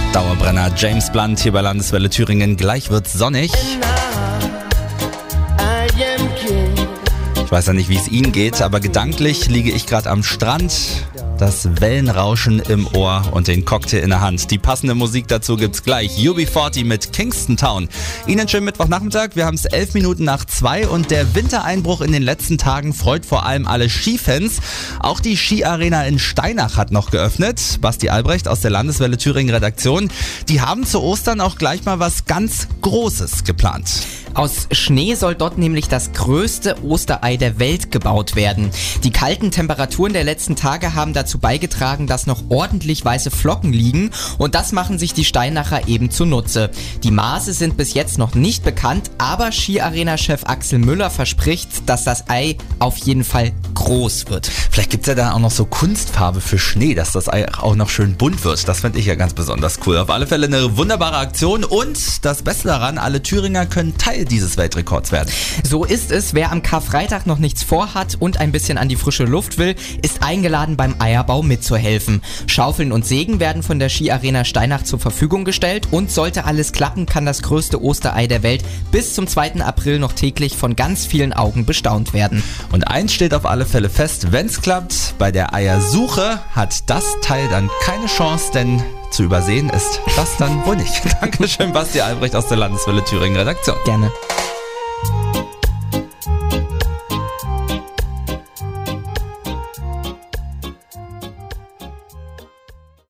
Dauerbrenner James Blunt hier bei Landeswelle Thüringen. Gleich wird's sonnig. Ich weiß ja nicht, wie es Ihnen geht, aber gedanklich liege ich gerade am Strand, das Wellenrauschen im Ohr und den Cocktail in der Hand. Die passende Musik dazu gibt's gleich. UB40 mit Kingston Town. Ihnen schönen Mittwochnachmittag. Wir haben es 11 Minuten nach 2 und der Wintereinbruch in den letzten Tagen freut vor allem alle Skifans. Auch die Skiarena in Steinach hat noch geöffnet. Basti Albrecht aus der Landeswelle Thüringen Redaktion. Die haben zu Ostern auch gleich mal was ganz Großes geplant. Aus Schnee soll dort nämlich das größte Osterei der Welt gebaut werden. Die kalten Temperaturen der letzten Tage haben dazu beigetragen, dass noch ordentlich weiße Flocken liegen und das machen sich die Steinacher eben zunutze. Die Maße sind bis jetzt noch nicht bekannt, aber Skiarena-Chef Axel Müller verspricht, dass das Ei auf jeden Fall groß wird. Vielleicht gibt's ja da auch noch so Kunstfarbe für Schnee, dass das Ei auch noch schön bunt wird. Das fände ich ja ganz besonders cool. Auf alle Fälle eine wunderbare Aktion und das Beste daran, alle Thüringer können Teil dieses Weltrekords werden. So ist es. Wer am Karfreitag noch nichts vorhat und ein bisschen an die frische Luft will, ist eingeladen, beim Eierbau mitzuhelfen. Schaufeln und Sägen werden von der Skiarena Steinach zur Verfügung gestellt und sollte alles klappen, kann das größte Osterei der Welt bis zum 2. April noch täglich von ganz vielen Augen bestaunt werden. Und eins steht auf alle Fälle fest, wenn's klappt, bei der Eiersuche hat das Teil dann keine Chance, denn zu übersehen ist das dann wohl nicht. Dankeschön, Basti Albrecht aus der Landeswelle Thüringen Redaktion. Gerne.